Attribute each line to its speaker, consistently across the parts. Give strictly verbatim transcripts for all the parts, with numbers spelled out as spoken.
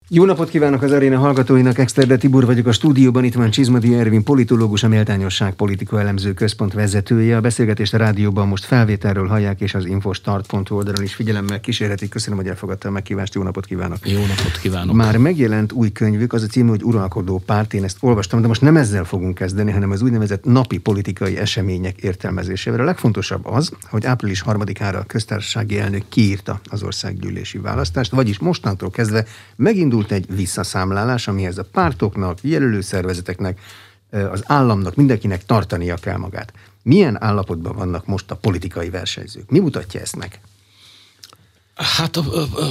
Speaker 1: Jó napot kívánok az aréna hallgatóinak, Exterde Tibor vagyok a stúdióban, itt van Csizmadi Ervin, politológus, a Méltányosság Politika Elemző Központ vezetője. A beszélgetést a rádióban most felvételről hallják, és az infostart pont hu oldalon is figyelemmel kísérhetik. Köszönöm, hogy elfogadta a meghívást, jó napot kívánok.
Speaker 2: Jó napot kívánok.
Speaker 1: Már megjelent új könyvük, az a címe, hogy Uralkodó párt, én ezt olvastam, de most nem ezzel fogunk kezdeni, hanem az úgynevezett napi politikai események értelmezésével. A legfontosabb az, hogy április harmadikára a köztársasági elnök kiírta az országgyűlési választást, vagyis mostantól kezdve megindult egy visszaszámlálás, amihez a pártoknak, jelölőszervezeteknek, az államnak, mindenkinek tartania kell magát. Milyen állapotban vannak most a politikai versenyzők? Mi mutatja ezt meg?
Speaker 2: Hát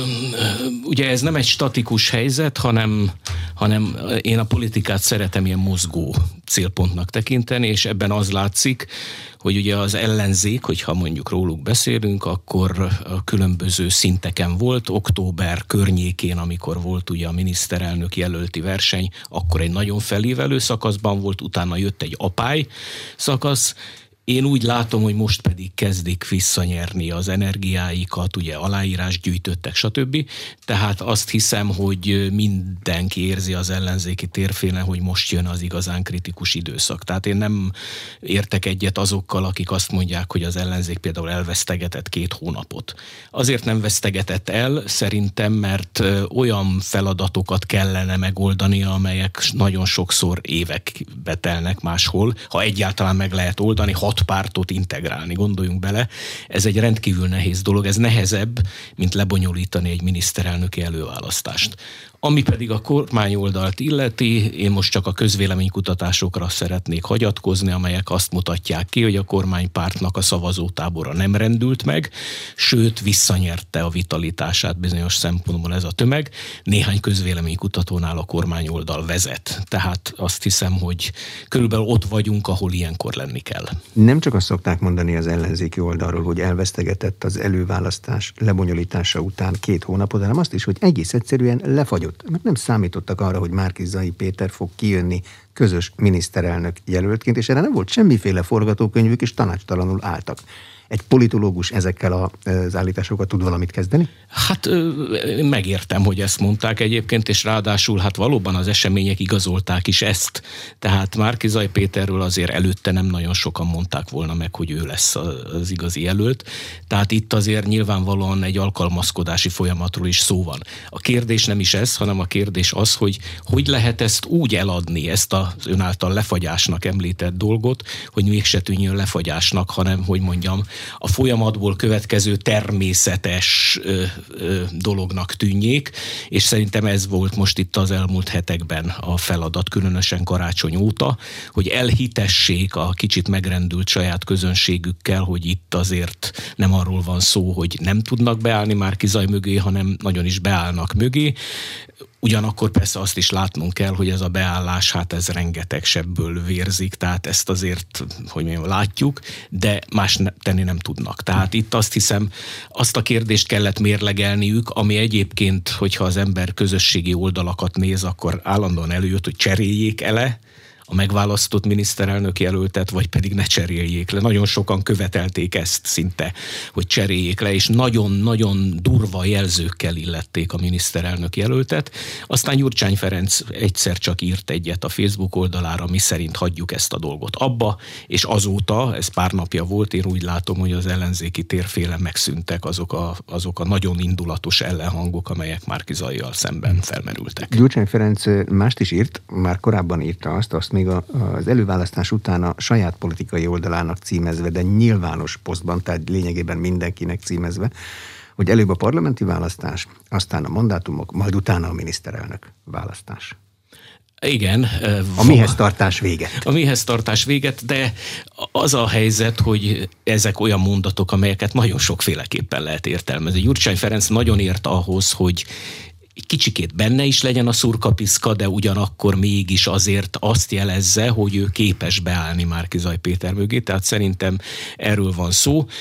Speaker 2: ugye ez nem egy statikus helyzet, hanem, hanem én a politikát szeretem ilyen mozgó célpontnak tekinteni, és ebben az látszik, hogy ugye az ellenzék, hogyha mondjuk róluk beszélünk, akkor a különböző szinteken volt, október környékén, amikor volt ugye a miniszterelnök jelölti verseny, akkor egy nagyon felívelő szakaszban volt, utána jött egy apály szakasz. Én úgy látom, hogy most pedig kezdik visszanyerni az energiáikat, ugye aláírás gyűjtöttek, stb. Tehát azt hiszem, hogy mindenki érzi az ellenzéki térfélen, hogy most jön az igazán kritikus időszak. Tehát én nem értek egyet azokkal, akik azt mondják, hogy az ellenzék például elvesztegetett két hónapot. Azért nem vesztegetett el, szerintem, mert olyan feladatokat kellene megoldani, amelyek nagyon sokszor évekbe telnek máshol, ha egyáltalán meg lehet oldani, hat pártot integrálni, gondoljunk bele. Ez egy rendkívül nehéz dolog, ez nehezebb, mint lebonyolítani egy miniszterelnöki előválasztást. Ami pedig a kormányoldalt illeti, én most csak a közvéleménykutatásokra szeretnék hagyatkozni, amelyek azt mutatják ki, hogy a kormánypártnak a szavazótábora nem rendült meg, sőt visszanyerte a vitalitását bizonyos szempontból ez a tömeg. Néhány közvéleménykutatónál a kormányoldal vezet. Tehát azt hiszem, hogy körülbelül ott vagyunk, ahol ilyenkor lenni kell.
Speaker 1: Nem csak azt szokták mondani az ellenzéki oldalról, hogy elvesztegetett az előválasztás lebonyolítása után két hónapot, hanem azt is, hogy egész egyszerűen lefagyott. Mert nem számítottak arra, hogy Márki-Zay Péter fog kijönni közös miniszterelnök jelöltként, és erre nem volt semmiféle forgatókönyvük, és tanácstalanul álltak. Egy politológus ezekkel az állításokat tud valamit kezdeni?
Speaker 2: Hát megértem, hogy ezt mondták egyébként, és ráadásul hát valóban az események igazolták is ezt. Tehát Márki-Zay Péterről azért előtte nem nagyon sokan mondták volna meg, hogy ő lesz az igazi jelölt. Tehát itt azért nyilvánvalóan egy alkalmazkodási folyamatról is szó van. A kérdés nem is ez, hanem a kérdés az, hogy hogy lehet ezt úgy eladni, ezt az ön által lefagyásnak említett dolgot, hogy mégse tűnjön lefagyásnak, hanem, hogy mondjam, a folyamatból következő természetes ö, ö, dolognak tűnjék, és szerintem ez volt most itt az elmúlt hetekben a feladat, különösen karácsony óta, hogy elhitessék a kicsit megrendült saját közönségükkel, hogy itt azért nem arról van szó, hogy nem tudnak beállni Márki-Zay mögé, hanem nagyon is beállnak mögé. Ugyanakkor persze azt is látnunk kell, hogy ez a beállás, hát ez rengeteg sebből vérzik, tehát ezt azért, hogy mondjam, látjuk, de más ne, tenni nem tudnak. Tehát itt azt hiszem, azt a kérdést kellett mérlegelniük, ami egyébként, hogyha az ember közösségi oldalakat néz, akkor állandóan előjött, hogy cseréljék ele a megválasztott miniszterelnök jelöltet, vagy pedig ne cseréljék le. Nagyon sokan követelték ezt szinte, hogy cseréljék le, és nagyon-nagyon durva jelzőkkel illették a miniszterelnök jelöltet. Aztán Gyurcsány Ferenc egyszer csak írt egyet a Facebook oldalára, mi szerint hagyjuk ezt a dolgot abba, és azóta, ez pár napja volt, én úgy látom, hogy az ellenzéki térfélen megszűntek azok a, azok a nagyon indulatos ellenhangok, amelyek Márki-Zayyal szemben felmerültek.
Speaker 1: Gyurcsány Ferenc mást is írt, már korábban írta azt, azt még az előválasztás után a saját politikai oldalának címezve, de nyilvános posztban, tehát lényegében mindenkinek címezve, hogy előbb a parlamenti választás, aztán a mandátumok, majd utána a miniszterelnök választás.
Speaker 2: Igen.
Speaker 1: A mihez tartás véget.
Speaker 2: A mihez tartás véget, de az a helyzet, hogy ezek olyan mondatok, amelyeket nagyon sokféleképpen lehet értelmezni. Gyurcsány Ferenc nagyon ért ahhoz, hogy egy kicsikét benne is legyen a szurkapiszka, de ugyanakkor mégis azért azt jelezze, hogy ő képes beállni Márki-Zay Péter mögé, tehát szerintem erről van szó.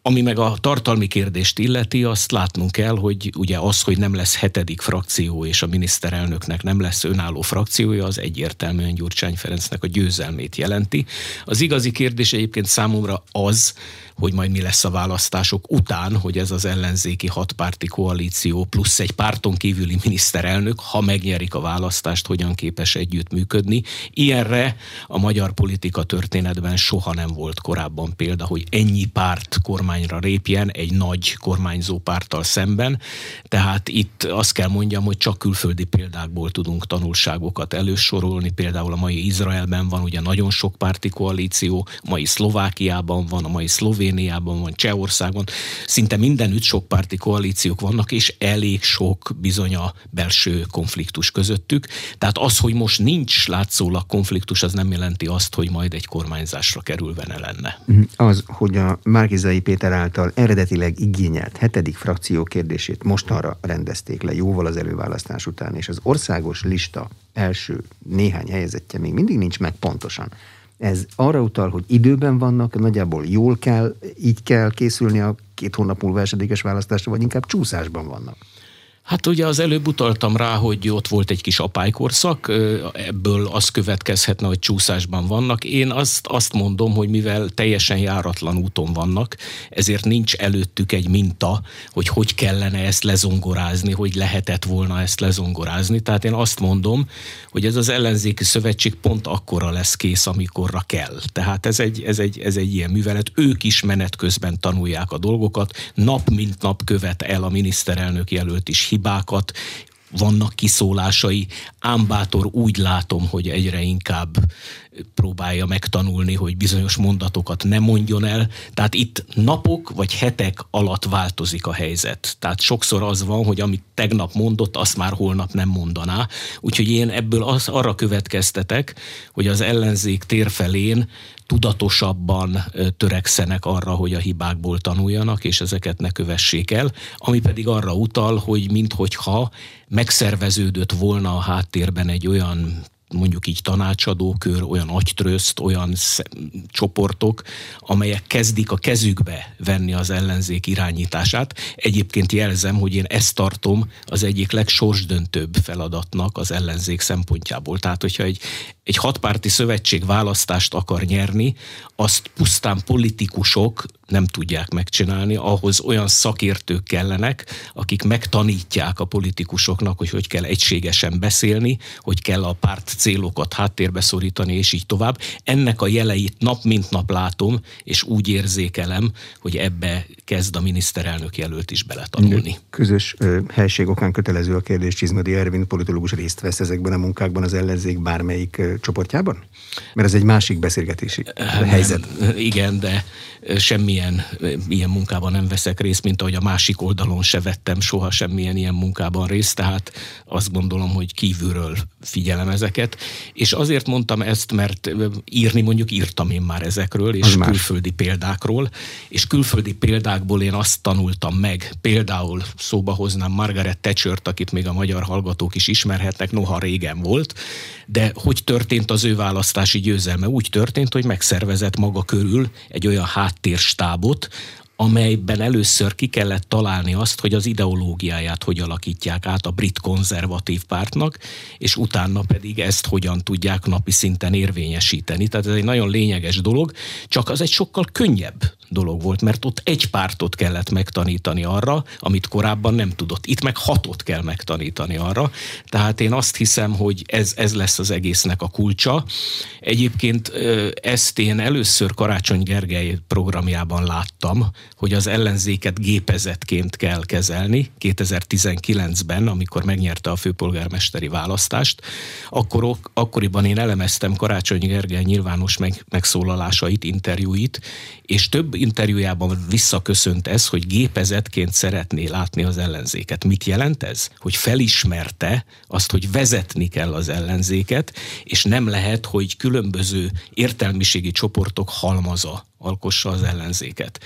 Speaker 2: Ami meg a tartalmi kérdést illeti, azt látnunk kell, hogy ugye az, hogy nem lesz hetedik frakció, és a miniszterelnöknek nem lesz önálló frakciója, az egyértelműen Gyurcsány Ferencnek a győzelmét jelenti. Az igazi kérdés egyébként számomra az, hogy majd mi lesz a választások után, hogy ez az ellenzéki hatpárti koalíció plusz egy párton kívüli miniszterelnök, ha megnyerik a választást, hogyan képes együttműködni. Ilyenre a magyar politika történetben soha nem volt korábban példa, hogy ennyi párt kormányra lépjen egy nagy kormányzó párttal szemben. Tehát itt azt kell mondjam, hogy csak külföldi példákból tudunk tanulságokat elősorolni. Például a mai Izraelben van ugye nagyon sok párti koalíció, a mai Szlovákiában van, a mai Szlovéniában van, Csehországban, szinte mindenütt sok párti koalíciók vannak, és elég sok bizony a belső konfliktus közöttük. Tehát az, hogy most nincs látszólag konfliktus, az nem jelenti azt, hogy majd egy kormányzásra kerülve ne lenne.
Speaker 1: Az, hogy a Márki-Zay Péter által eredetileg igényelt hetedik frakció kérdését mostanra rendezték le jóval az előválasztás után, és az országos lista első néhány helyezettje még mindig nincs meg pontosan. Ez arra utal, hogy időben vannak, nagyjából jól kell, így kell készülni a két hónap múlva esedékes választásra, vagy inkább csúszásban vannak?
Speaker 2: Hát ugye az előbb utaltam rá, hogy ott volt egy kis apálykorszak, ebből az következhetne, hogy csúszásban vannak. Én azt, azt mondom, hogy mivel teljesen járatlan úton vannak, ezért nincs előttük egy minta, hogy hogy kellene ezt lezongorázni, hogy lehetett volna ezt lezongorázni. Tehát én azt mondom, hogy ez az ellenzéki szövetség pont akkora lesz kész, amikorra kell. Tehát ez egy, ez egy, ez egy ilyen művelet. Ők is menet közben tanulják a dolgokat, nap mint nap követ el a miniszterelnök jelölt is hibákat, vannak kiszólásai, ám bátor úgy látom, hogy egyre inkább próbálja megtanulni, hogy bizonyos mondatokat ne mondjon el. Tehát itt napok vagy hetek alatt változik a helyzet. Tehát sokszor az van, hogy amit tegnap mondott, azt már holnap nem mondaná. Úgyhogy én ebből az, arra következtetek, hogy az ellenzék térfelén tudatosabban törekszenek arra, hogy a hibákból tanuljanak, és ezeket ne kövessék el, ami pedig arra utal, hogy minthogyha megszerveződött volna a háttérben egy olyan, mondjuk így tanácsadókör, olyan agytröszt, olyan sz- csoportok, amelyek kezdik a kezükbe venni az ellenzék irányítását. Egyébként jelzem, hogy én ezt tartom az egyik legsorsdöntőbb feladatnak az ellenzék szempontjából. Tehát, hogyha egy, egy hatpárti szövetség választást akar nyerni, azt pusztán politikusok nem tudják megcsinálni, ahhoz olyan szakértők kellenek, akik megtanítják a politikusoknak, hogy hogy kell egységesen beszélni, hogy kell a párt célokat háttérbe szorítani, és így tovább. Ennek a jeleit nap mint nap látom, és úgy érzékelem, hogy ebbe kezd a miniszterelnök jelölt is beletanulni.
Speaker 1: Közös ö, helység okán kötelező a kérdés, Csizmadi Ervin politológus részt vesz ezekben a munkákban az ellenzék bármelyik ö, csoportjában? Mert ez egy másik beszélgetési helyzet.
Speaker 2: Nem, igen, de semmilyen ilyen munkában nem veszek részt, mint ahogy a másik oldalon se vettem soha semmilyen ilyen munkában részt, tehát azt gondolom, hogy kívülről figyelem ezeket. És azért mondtam ezt, mert írni mondjuk írtam én már ezekről, és az külföldi más. példákról, és külföldi példákból én azt tanultam meg, például szóba hoznám Margaret Thatchert, akit még a magyar hallgatók is ismerhetnek, noha régen volt, de hogy történt az ő választási győzelme? Úgy történt, hogy megszervezett maga körül egy olyan háttérstábot, amelyben először ki kellett találni azt, hogy az ideológiáját hogy alakítják át a brit konzervatív pártnak, és utána pedig ezt hogyan tudják napi szinten érvényesíteni. Tehát ez egy nagyon lényeges dolog, csak az egy sokkal könnyebb dolog volt, mert ott egy pártot kellett megtanítani arra, amit korábban nem tudott. Itt meg hatot kell megtanítani arra. Tehát én azt hiszem, hogy ez, ez lesz az egésznek a kulcsa. Egyébként ezt én először Karácsony Gergely programjában láttam, hogy az ellenzéket gépezetként kell kezelni kétezer-tizenkilencben, amikor megnyerte a főpolgármesteri választást. Akkor, akkoriban én elemeztem Karácsony Gergely nyilvános meg, megszólalásait, interjúit, és több interjújában visszaköszönt ez, hogy gépezetként szeretné látni az ellenzéket. Mit jelent ez? Hogy felismerte azt, hogy vezetni kell az ellenzéket, és nem lehet, hogy különböző értelmiségi csoportok halmaza alkossa az ellenzéket.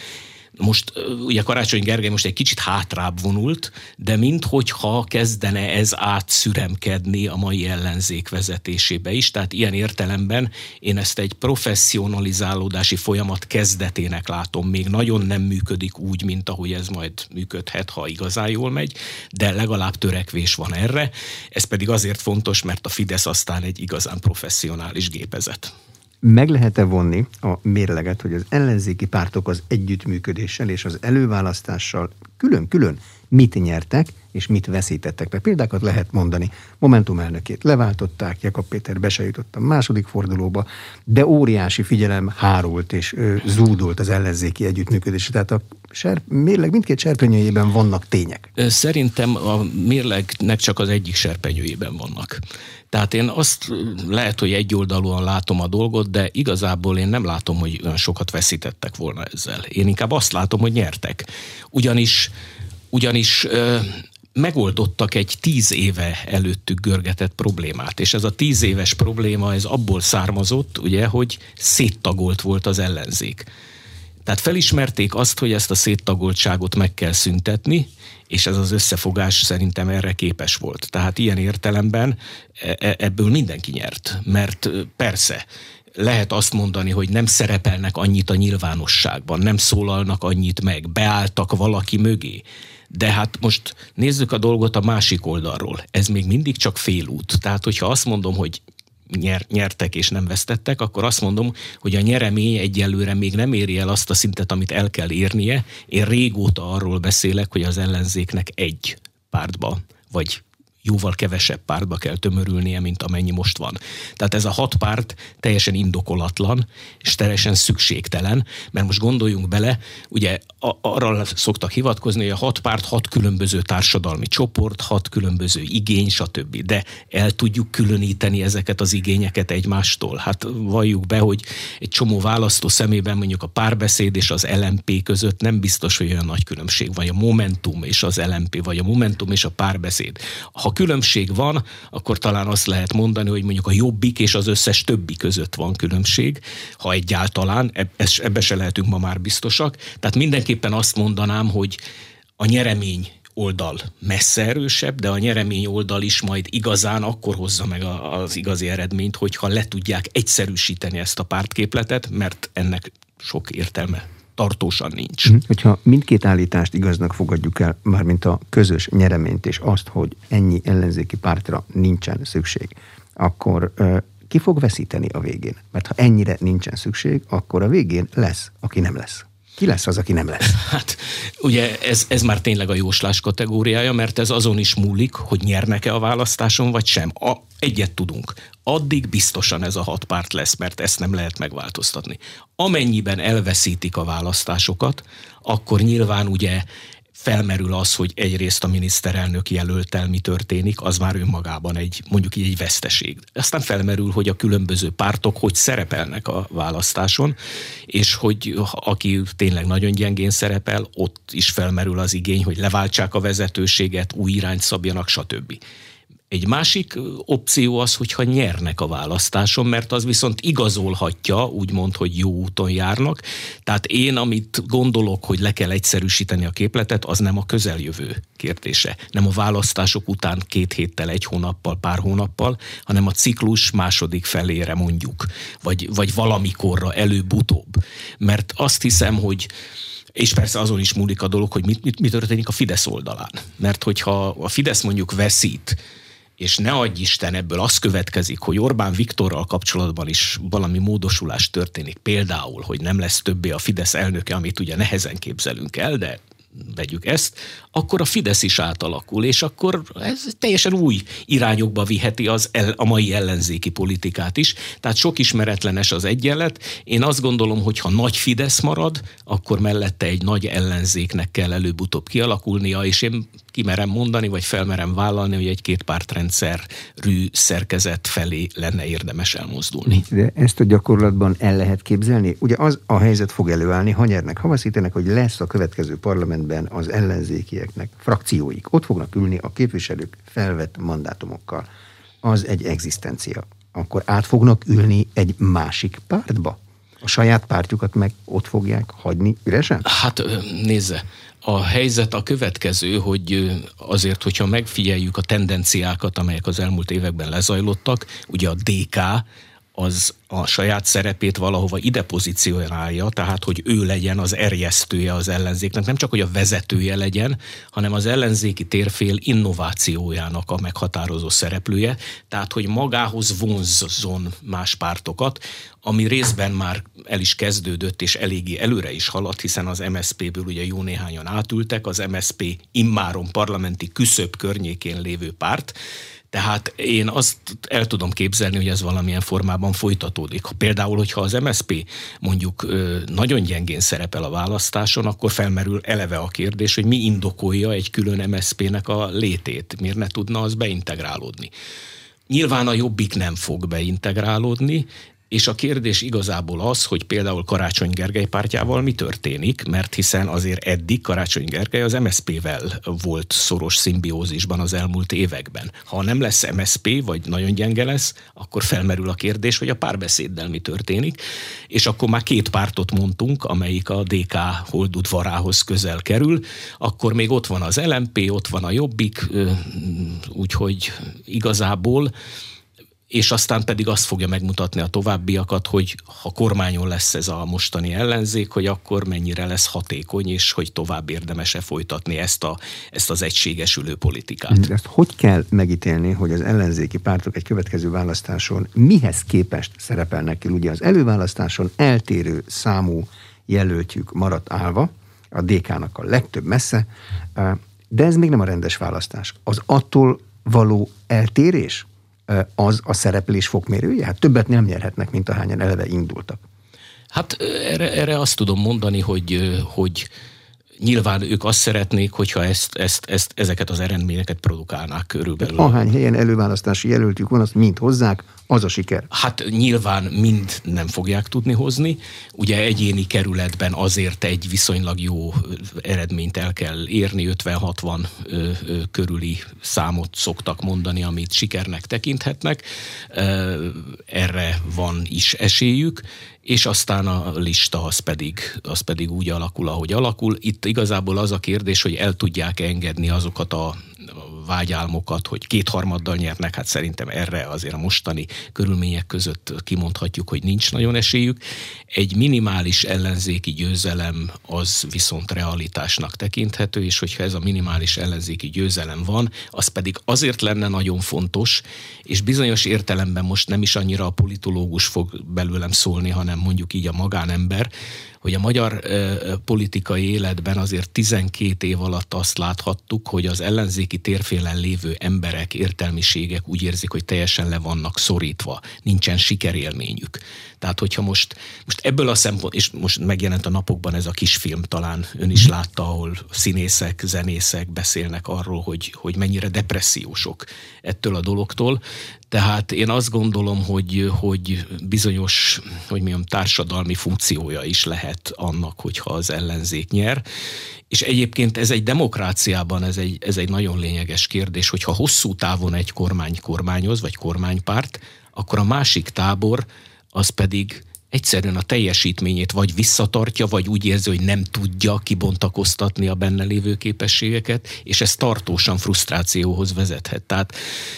Speaker 2: Most ugye Karácsony Gergely most egy kicsit hátrább vonult, de minthogyha kezdene ez átszüremkedni a mai ellenzék vezetésébe is, tehát ilyen értelemben én ezt egy professzionalizálódási folyamat kezdetének látom. Még nagyon nem működik úgy, mint ahogy ez majd működhet, ha igazán jól megy, de legalább törekvés van erre. Ez pedig azért fontos, mert a Fidesz aztán egy igazán professzionális gépezet.
Speaker 1: Meg lehet-e vonni a mérleget, hogy az ellenzéki pártok az együttműködéssel és az előválasztással külön-külön mit nyertek és mit veszítettek? Mert példákat lehet mondani. Momentum elnökét leváltották, Jakab Péter be se jutott a második fordulóba, de óriási figyelem hárult és ö, zúdult az ellenzéki együttműködésre. Tehát a serp, mérleg mindkét serpenyőjében vannak tények.
Speaker 2: Szerintem a mérlegnek csak az egyik serpenyőjében vannak. Tehát én azt lehet, hogy egyoldalúan látom a dolgot, de igazából én nem látom, hogy olyan sokat veszítettek volna ezzel. Én inkább azt látom, hogy nyertek. Ugyanis, ugyanis ö, megoldottak egy tíz éve előttük görgetett problémát, és ez a tíz éves probléma, ez abból származott, ugye, hogy széttagolt volt az ellenzék. Tehát felismerték azt, hogy ezt a széttagoltságot meg kell szüntetni, és ez az összefogás szerintem erre képes volt. Tehát ilyen értelemben ebből mindenki nyert, mert persze lehet azt mondani, hogy nem szerepelnek annyit a nyilvánosságban, nem szólalnak annyit meg, beálltak valaki mögé. De hát most nézzük a dolgot a másik oldalról. Ez még mindig csak félút. Tehát, hogyha azt mondom, hogy Nyer, nyertek és nem vesztettek, akkor azt mondom, hogy a nyeremény egyelőre még nem éri el azt a szintet, amit el kell érnie. Én régóta arról beszélek, hogy az ellenzéknek egy pártba, vagy jóval kevesebb pártba kell tömörülnie, mint amennyi most van. Tehát ez a hat párt teljesen indokolatlan, és teljesen szükségtelen, mert most gondoljunk bele, ugye arra szoktak hivatkozni, hogy a hat párt hat különböző társadalmi csoport, hat különböző igény, stb. De el tudjuk különíteni ezeket az igényeket egymástól. Hát valljuk be, hogy egy csomó választó szemében mondjuk a Párbeszéd és az el em pé között nem biztos, hogy olyan nagy különbség, vagy a Momentum és az el em pé, vagy a Momentum és a Párbeszéd. Ha különbség van, akkor talán azt lehet mondani, hogy mondjuk a Jobbik és az összes többi között van különbség, ha egyáltalán, ebbe se lehetünk ma már biztosak. Tehát mindenképpen azt mondanám, hogy a nyeremény oldal messze erősebb, de a nyeremény oldal is majd igazán akkor hozza meg az igazi eredményt, hogyha le tudják egyszerűsíteni ezt a pártképletet, mert ennek sok értelme tartósan nincs.
Speaker 1: Hogyha mindkét állítást igaznak fogadjuk el, mármint a közös nyereményt és azt, hogy ennyi ellenzéki pártra nincsen szükség, akkor uh, ki fog veszíteni a végén? Mert ha ennyire nincsen szükség, akkor a végén lesz, aki nem lesz. Ki lesz az, aki nem lesz?
Speaker 2: Hát ugye ez, ez már tényleg a jóslás kategóriája, mert ez azon is múlik, hogy nyernek-e a választáson, vagy sem. A, egyet tudunk. Addig biztosan ez a hat párt lesz, mert ezt nem lehet megváltoztatni. Amennyiben elveszítik a választásokat, akkor nyilván ugye felmerül az, hogy egyrészt a miniszterelnök jelölttel mi történik, az már önmagában egy, mondjuk így egy veszteség. Aztán felmerül, hogy a különböző pártok hogy szerepelnek a választáson, és hogy aki tényleg nagyon gyengén szerepel, ott is felmerül az igény, hogy leváltsák a vezetőséget, új irányt szabjanak, stb. Egy másik opció az, hogyha nyernek a választáson, mert az viszont igazolhatja, úgymond, hogy jó úton járnak. Tehát én, amit gondolok, hogy le kell egyszerűsíteni a képletet, az nem a közeljövő kérdése. Nem a választások után két héttel, egy hónappal, pár hónappal, hanem a ciklus második felére mondjuk, vagy, vagy valamikorra előbb-utóbb. Mert azt hiszem, hogy és persze azon is múlik a dolog, hogy mit, mit, mit történik a Fidesz oldalán. Mert hogyha a Fidesz mondjuk veszít, és ne adj Isten, ebből az következik, hogy Orbán Viktorral kapcsolatban is valami módosulás történik. Például, hogy nem lesz többé a Fidesz elnöke, amit ugye nehezen képzelünk el, de vegyük ezt, akkor a Fidesz is átalakul, és akkor ez teljesen új irányokba viheti az el, a mai ellenzéki politikát is. Tehát sok ismeretlenes az egyenlet. Én azt gondolom, hogy ha nagy Fidesz marad, akkor mellette egy nagy ellenzéknek kell előbb-utóbb kialakulnia, és én kimerem mondani, vagy felmerem vállalni, hogy egy kétpártrendszerű szerkezet felé lenne érdemes elmozdulni.
Speaker 1: De ezt a gyakorlatban el lehet képzelni? Ugye az a helyzet fog előállni, ha nyernek, ha veszítenek, hogy lesz a következő parlamentben az ellenzékieknek frakcióik. Ott fognak ülni a képviselők felvett mandátumokkal. Az egy egzisztencia. Akkor át fognak ülni egy másik pártba? A saját pártjukat meg ott fogják hagyni üresen?
Speaker 2: Hát nézze, a helyzet a következő, hogy azért, hogyha megfigyeljük a tendenciákat, amelyek az elmúlt években lezajlottak, ugye a dé ká az a saját szerepét valahova ide pozícionálja, tehát hogy ő legyen az erjesztője az ellenzéknek, nem csak hogy a vezetője legyen, hanem az ellenzéki térfél innovációjának a meghatározó szereplője, tehát hogy magához vonzzon más pártokat, ami részben már el is kezdődött, és eléggé előre is haladt, hiszen az em es zé pé-ből ugye jó néhányan átültek, az em es zé pé immáron parlamenti küszöb környékén lévő párt. Tehát én azt el tudom képzelni, hogy ez valamilyen formában folytatódik. Például, hogyha az em es zé pé mondjuk nagyon gyengén szerepel a választáson, akkor felmerül eleve a kérdés, hogy mi indokolja egy külön em es zé pének a létét, miért ne tudna az beintegrálódni. Nyilván a Jobbik nem fog beintegrálódni, és a kérdés igazából az, hogy például Karácsony Gergely pártjával mi történik, mert hiszen azért eddig Karácsony Gergely az em es zé pével volt szoros szimbiózisban az elmúlt években. Ha nem lesz em es zé pé, vagy nagyon gyenge lesz, akkor felmerül a kérdés, hogy a Párbeszéddel mi történik, és akkor már két pártot mondtunk, amelyik a dé ká holdudvarához közel kerül, akkor még ott van az el em pé, ott van a Jobbik, úgyhogy igazából és aztán pedig azt fogja megmutatni a továbbiakat, hogy ha kormányon lesz ez a mostani ellenzék, hogy akkor mennyire lesz hatékony, és hogy tovább érdemes-e folytatni ezt, a, ezt az egységesülő politikát.
Speaker 1: Ezt hogy kell megítélni, hogy az ellenzéki pártok egy következő választáson mihez képest szerepelnek ki? Ugye az előválasztáson eltérő számú jelöltjük maradt állva, a dé ká-nak a legtöbb messze, de ez még nem a rendes választás. Az attól való eltérés az a szereplés fokmérője? Hát többet nem nyerhetnek, mint ahányan eleve indultak.
Speaker 2: Hát erre, erre azt tudom mondani, hogy, hogy nyilván ők azt szeretnék, hogyha ezt, ezt, ezt, ezeket az eredményeket produkálnák körülbelül.
Speaker 1: De ahány helyen előválasztási jelöltjük van, azt mind hozzák, az a siker.
Speaker 2: Hát nyilván mind nem fogják tudni hozni. Ugye egyéni kerületben azért egy viszonylag jó eredményt el kell érni, ötven-hatvan körüli számot szoktak mondani, amit sikernek tekinthetnek. Erre van is esélyük, és aztán a lista az pedig, az pedig úgy alakul, ahogy alakul. Itt igazából az a kérdés, hogy el tudják engedni azokat a vágyálmokat, hogy kétharmaddal nyernek, hát szerintem erre azért a mostani körülmények között kimondhatjuk, hogy nincs nagyon esélyük. Egy minimális ellenzéki győzelem az viszont realitásnak tekinthető, és hogyha ez a minimális ellenzéki győzelem van, az pedig azért lenne nagyon fontos, és bizonyos értelemben most nem is annyira a politológus fog belőlem szólni, hanem mondjuk így a magánember, hogy a magyar ö, politikai életben azért tizenkét év alatt azt láthattuk, hogy az ellenzéki térfélen lévő emberek, értelmiségek úgy érzik, hogy teljesen le vannak szorítva, nincsen sikerélményük. Tehát, hogyha most, most ebből a szempont, és most megjelent a napokban ez a kisfilm, talán ön is látta, ahol színészek, zenészek beszélnek arról, hogy, hogy mennyire depressziósok ettől a dologtól. Tehát én azt gondolom, hogy, hogy bizonyos, hogy mondjam, társadalmi funkciója is lehet annak, hogyha az ellenzék nyer. És egyébként ez egy demokráciában, ez egy, ez egy nagyon lényeges kérdés, hogyha hosszú távon egy kormány kormányoz, vagy kormánypárt, akkor a másik tábor az pedig egyszerűen a teljesítményét vagy visszatartja, vagy úgy érzi, hogy nem tudja kibontakoztatni a benne lévő képességeket, és ez tartósan frusztrációhoz vezethet. Tehát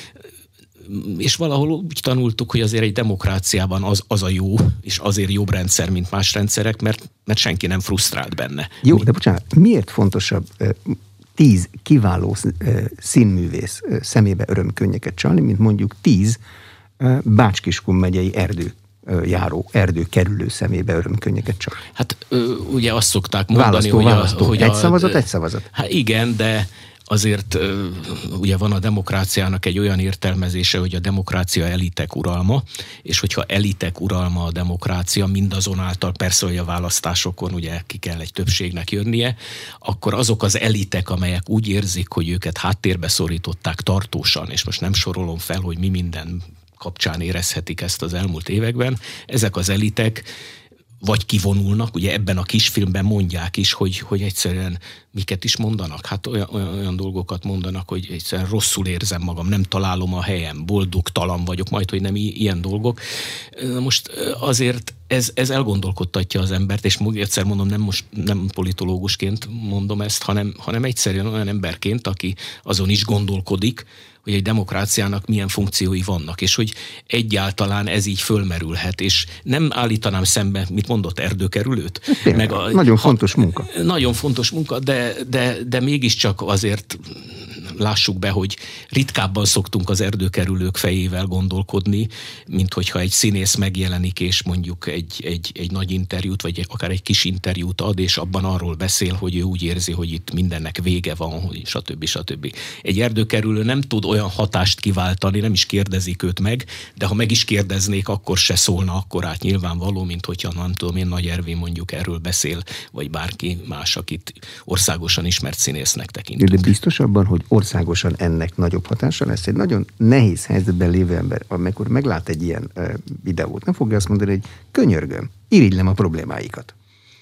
Speaker 2: és valahol úgy tanultuk, hogy azért egy demokráciában az, az a jó, és azért jobb rendszer, mint más rendszerek, mert, mert senki nem frusztrált benne.
Speaker 1: Jó, de bocsánat, miért fontosabb tíz kiváló színművész szemébe örömkönnyeket csalni, mint mondjuk tíz Bács-Kiskun megyei erdő járó, erdőkerülő szemébe örömkönnyeket csalni?
Speaker 2: Hát ugye azt szokták mondani,
Speaker 1: választó,
Speaker 2: hogy,
Speaker 1: választó.
Speaker 2: A, hogy
Speaker 1: egy
Speaker 2: a,
Speaker 1: szavazat, egy szavazat.
Speaker 2: Hát igen, de azért ugye van a demokráciának egy olyan értelmezése, hogy a demokrácia elitek uralma, és hogyha elitek uralma a demokrácia, mindazonáltal persze, hogy a választásokon ugye ki kell egy többségnek jönnie, akkor azok az elitek, amelyek úgy érzik, hogy őket háttérbe szorították tartósan, és most nem sorolom fel, hogy mi minden kapcsán érezhetik ezt az elmúlt években, ezek az elitek vagy kivonulnak, ugye ebben a kisfilmben mondják is, hogy, hogy egyszerűen miket is mondanak? Hát olyan, olyan, olyan dolgokat mondanak, hogy egyszerűen rosszul érzem magam, nem találom a helyem, boldogtalan vagyok, majd, hogy nem i- ilyen dolgok. Most azért ez, ez elgondolkodtatja az embert, és egyszer mondom, nem most nem politológusként mondom ezt, hanem, hanem egyszerűen olyan emberként, aki azon is gondolkodik, hogy egy demokráciának milyen funkciói vannak, és hogy egyáltalán ez így fölmerülhet, és nem állítanám szembe, mit mondott, erdőkerülőt?
Speaker 1: Meg a, nagyon fontos munka.
Speaker 2: Nagyon fontos munka, de, de, de mégiscsak azért lássuk be, hogy ritkábban szoktunk az erdőkerülők fejével gondolkodni, mint hogyha egy színész megjelenik, és mondjuk egy, egy, egy nagy interjút, vagy akár egy kis interjút ad, és abban arról beszél, hogy ő úgy érzi, hogy itt mindennek vége van, hogy stb. stb. Egy erdőkerülő nem tud olyan hatást kiváltani, nem is kérdezik őt meg, de ha meg is kérdeznék, akkor se szólna akkorát nyilvánvaló, mint hogyha nem tudom én, Nagy Ervin mondjuk erről beszél, vagy bárki más, akit országosan ismert színésznek tekintünk.
Speaker 1: De biztos abban, hogy országosan ennek nagyobb hatása lesz? Egy nagyon nehéz helyzetben lévő ember, amikor meglát egy ilyen uh, videót, nem fogja azt mondani, hogy könyörgöm, irigylem a problémáikat.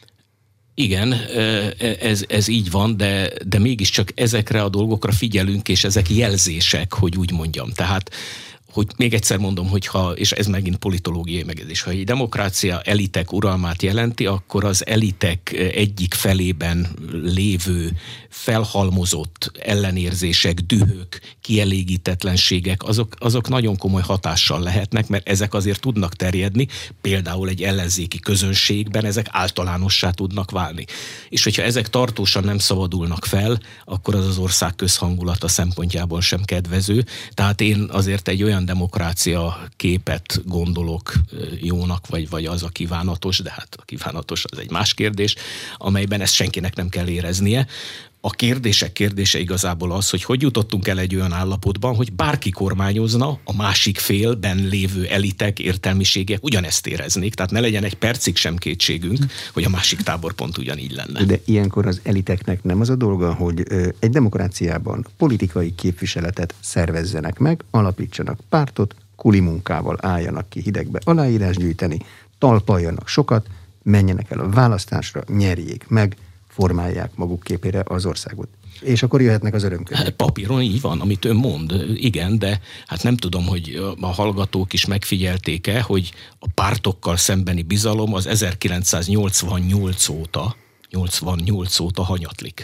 Speaker 2: Igen, ez, ez így van, de, de mégiscsak ezekre a dolgokra figyelünk, és ezek jelzések, hogy úgy mondjam. Tehát, hogy még egyszer mondom, hogyha, és ez megint politológiai megjegyzés, ha egy demokrácia elitek uralmát jelenti, akkor az elitek egyik felében lévő felhalmozott ellenérzések, dühök, kielégítetlenségek, azok, azok nagyon komoly hatással lehetnek, mert ezek azért tudnak terjedni, például egy ellenzéki közönségben ezek általánossá tudnak válni. És hogyha ezek tartósan nem szabadulnak fel, akkor az az ország közhangulata szempontjából sem kedvező. Tehát én azért egy olyan demokrácia képet gondolok jónak, vagy, vagy az a kívánatos, de hát a kívánatos az egy más kérdés, amelyben ezt senkinek nem kell éreznie. A kérdések kérdése igazából az, hogy hogy jutottunk el egy olyan állapotban, hogy bárki kormányozna, a másik félben lévő elitek, értelmiségek ugyanezt éreznék, tehát ne legyen egy percig sem kétségünk, hogy a másik tábor pont ugyanígy lenne.
Speaker 1: De ilyenkor az eliteknek nem az a dolga, hogy egy demokráciában politikai képviseletet szervezzenek meg, alapítsanak pártot, kuli munkával álljanak ki hidegbe aláírás gyűjteni, talpaljanak sokat, menjenek el a választásra, nyerjék meg, formálják maguk képére az országot. És akkor jöhetnek az örömkönyvek.
Speaker 2: Hát papíron így van, amit ön mond, igen, de hát nem tudom, hogy a hallgatók is megfigyelték-e, hogy a pártokkal szembeni bizalom az ezerkilencszáznyolcvannyolc óta, nyolcvannyolc óta hanyatlik.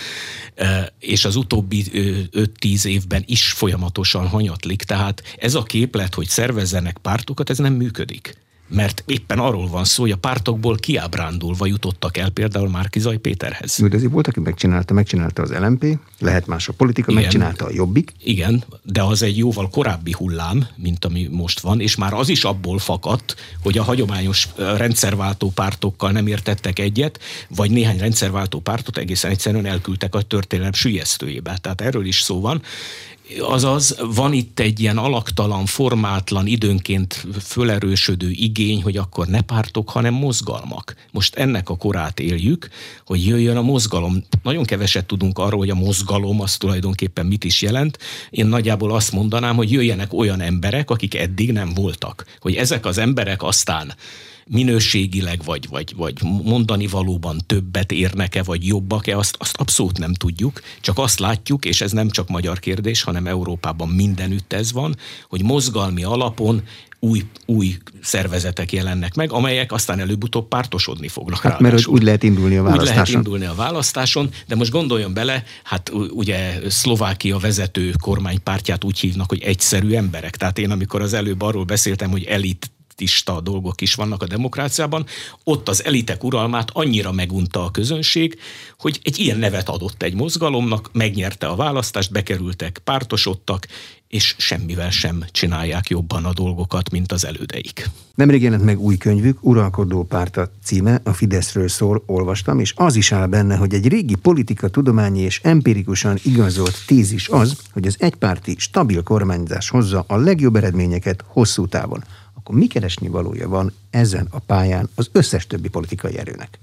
Speaker 2: És az utóbbi öt-tíz évben is folyamatosan hanyatlik, tehát ez a képlet, hogy szervezzenek pártokat, ez nem működik. Mert éppen arról van szó, hogy a pártokból kiábrándulva jutottak el például Márki-Zay Péterhez.
Speaker 1: Jó, de azért volt, aki megcsinálta, megcsinálta az el em pé, lehet más a politika, igen, megcsinálta a Jobbik.
Speaker 2: Igen, de az egy jóval korábbi hullám, mint ami most van, és már az is abból fakadt, hogy a hagyományos rendszerváltó pártokkal nem értettek egyet, vagy néhány rendszerváltó pártot egészen egyszerűen elküldtek a történelem süllyesztőjébe. Tehát erről is szó van. Azaz van itt egy ilyen alaktalan, formátlan, időnként fölerősödő igény, hogy akkor ne pártok, hanem mozgalmak. Most ennek a korát éljük, hogy jöjjön a mozgalom. Nagyon keveset tudunk arról, hogy a mozgalom az tulajdonképpen mit is jelent. Én nagyjából azt mondanám, hogy jöjjenek olyan emberek, akik eddig nem voltak. Hogy ezek az emberek aztán minőségileg, vagy, vagy, vagy mondani valóban többet érnek-e, vagy jobbak-e, azt, azt abszolút nem tudjuk. Csak azt látjuk, és ez nem csak magyar kérdés, hanem Európában mindenütt ez van, hogy mozgalmi alapon új, új szervezetek jelennek meg, amelyek aztán előbb-utóbb pártosodni fognak.
Speaker 1: Hát ráadásul. Mert úgy lehet indulni a választáson.
Speaker 2: Úgy lehet indulni a választáson, de most gondoljon bele, hát ugye Szlovákia vezető kormánypártját úgy hívnak, hogy egyszerű emberek. Tehát én amikor az előbb arról beszéltem, hogy elit dolgok is vannak a demokráciában, ott az elitek uralmát annyira megunta a közönség, hogy egy ilyen nevet adott egy mozgalomnak, megnyerte a választást, bekerültek, pártosodtak, és semmivel sem csinálják jobban a dolgokat, mint az elődeik.
Speaker 1: Nemrég jelent meg új könyvük, Uralkodó párt a címe, a Fideszről szól, olvastam, és az is áll benne, hogy egy régi politika, tudományi és empirikusan igazolt tézis az, hogy az egypárti stabil kormányzás hozza a legjobb eredményeket hosszú távon. Akkor mi keresni valója van ezen a pályán az összes többi politikai erőnek?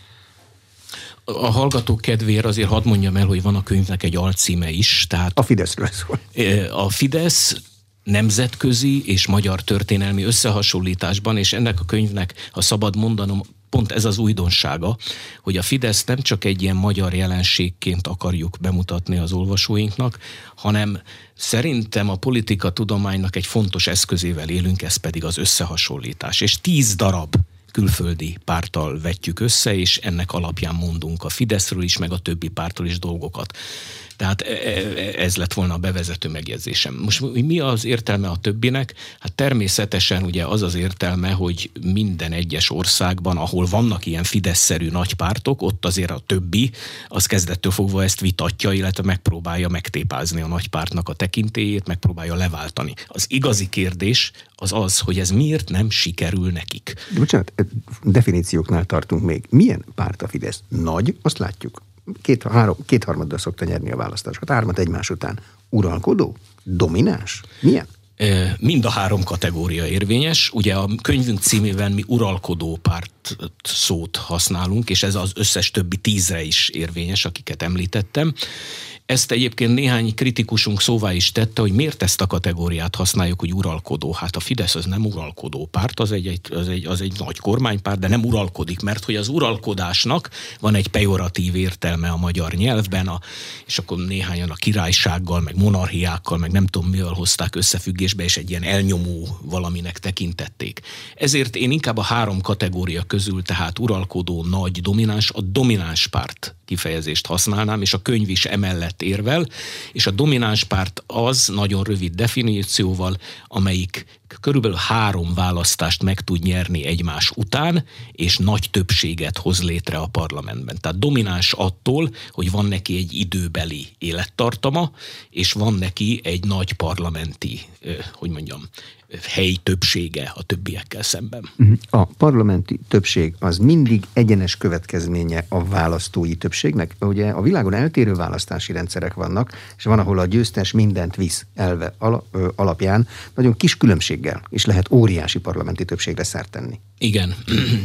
Speaker 2: A hallgatók kedvéért azért hadd mondjam el, hogy van a könyvnek egy alcíme is. Tehát
Speaker 1: a Fideszről szól.
Speaker 2: A Fidesz nemzetközi és magyar történelmi összehasonlításban, és ennek a könyvnek, ha szabad mondanom, pont ez az újdonsága, hogy a Fidesz nem csak egy ilyen magyar jelenségként akarjuk bemutatni az olvasóinknak, hanem szerintem a politika tudománynak egy fontos eszközével élünk, ez pedig az összehasonlítás. És tíz darab külföldi párttal vetjük össze, és ennek alapján mondunk a Fideszről is, meg a többi pártról is dolgokat. Tehát ez lett volna a bevezető megjegyzésem. Most mi az értelme a többinek? Hát természetesen ugye az az értelme, hogy minden egyes országban, ahol vannak ilyen Fidesz-szerű nagypártok, ott azért a többi, az kezdettől fogva ezt vitatja, illetve megpróbálja megtépázni a nagypártnak a tekintélyét, megpróbálja leváltani. Az igazi kérdés az az, hogy ez miért nem sikerül nekik.
Speaker 1: De bocsánat, definícióknál tartunk még. Milyen párt a Fidesz? Nagy, azt látjuk. Két, három, kétharmaddal szokta nyerni a választásokat, hármat egymás után. Uralkodó? Domináns? Milyen?
Speaker 2: Mind a három kategória érvényes. Ugye a könyvünk címében mi uralkodó párt szót használunk, és ez az összes többi tízre is érvényes, akiket említettem. Ezt egyébként néhány kritikusunk szóvá is tette, hogy miért ezt a kategóriát használjuk, hogy uralkodó. Hát a Fidesz az nem uralkodó párt, az egy, az egy, az egy nagy kormánypárt, de nem uralkodik, mert hogy az uralkodásnak van egy pejoratív értelme a magyar nyelvben, a, és akkor néhányan a királysággal, meg monarchiákkal, meg nem tudom mivel hozták összefüggésbe, és egy ilyen elnyomó valaminek tekintették. Ezért én inkább a három kategória közül, tehát uralkodó, nagy, domináns, a domináns párt kifejezést használnám, és a könyv is emellett érvel, és a domináns párt az nagyon rövid definícióval, amelyik körülbelül három választást meg tud nyerni egymás után, és nagy többséget hoz létre a parlamentben. Tehát domináns attól, hogy van neki egy időbeli élettartama, és van neki egy nagy parlamenti, hogy mondjam, helyi többsége a többiekkel szemben.
Speaker 1: A parlamenti többség az mindig egyenes következménye a választói többségnek. Ugye a világon eltérő választási rendszerek vannak, és van, ahol a győztes mindent visz elve alapján nagyon kis különbséggel, és lehet óriási parlamenti többségre szert tenni.
Speaker 2: Igen.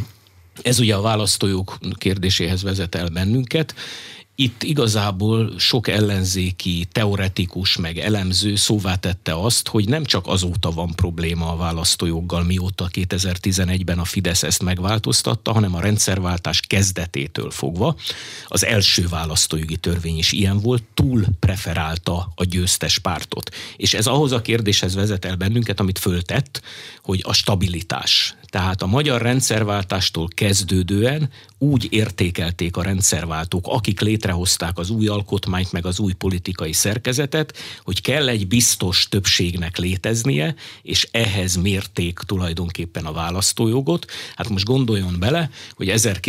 Speaker 2: Ez ugye a választójog kérdéséhez vezet el bennünket. Itt igazából sok ellenzéki, teoretikus, meg elemző szóvá tette azt, hogy nem csak azóta van probléma a választójoggal, mióta kétezer-tizenegyben a Fidesz ezt megváltoztatta, hanem a rendszerváltás kezdetétől fogva. Az első választójogi törvény is ilyen volt, túl preferálta a győztes pártot. És ez ahhoz a kérdéshez vezet el bennünket, amit föltett, hogy a stabilitás. Tehát a magyar rendszerváltástól kezdődően úgy értékelték a rendszerváltók, akik létrehozták az új alkotmányt, meg az új politikai szerkezetet, hogy kell egy biztos többségnek léteznie, és ehhez mérték tulajdonképpen a választójogot. Hát most gondoljon bele, hogy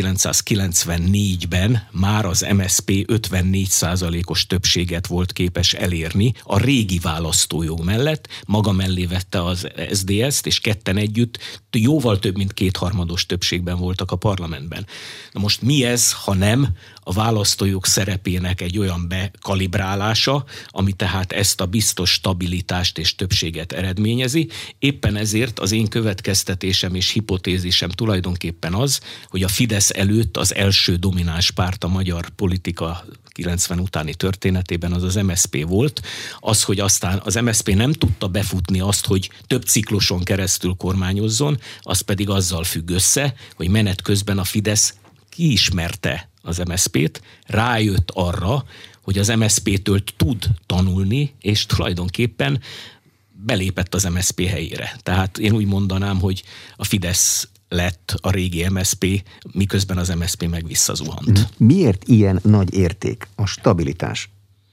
Speaker 2: ezerkilencszázkilencvennégyben már az em es zé pé ötvennégy százalékos többséget volt képes elérni a régi választójog mellett, maga mellé vette az es zé dé es-t, és ketten együtt jóval több mint kétharmados többségben voltak a parlamentben. Na most mi ez, ha nem a választójog szerepének egy olyan bekalibrálása, ami tehát ezt a biztos stabilitást és többséget eredményezi. Éppen ezért az én következtetésem és hipotézisem tulajdonképpen az, hogy a Fidesz előtt az első domináns párt a magyar politika kilencven utáni történetében az az em es zé pé volt. Az, hogy aztán az em es zé pé nem tudta befutni azt, hogy több cikluson keresztül kormányozzon, az pedig azzal függ össze, hogy menet közben a Fidesz kiismerte az em es zé pét, rájött arra, hogy az em es zé pétől tud tanulni, és tulajdonképpen belépett az em es zé pé helyére. Tehát én úgy mondanám, hogy a Fidesz lett a régi em es zé pé, miközben az em es zé pé meg visszazuhant.
Speaker 1: Miért ilyen nagy érték a stabilitás?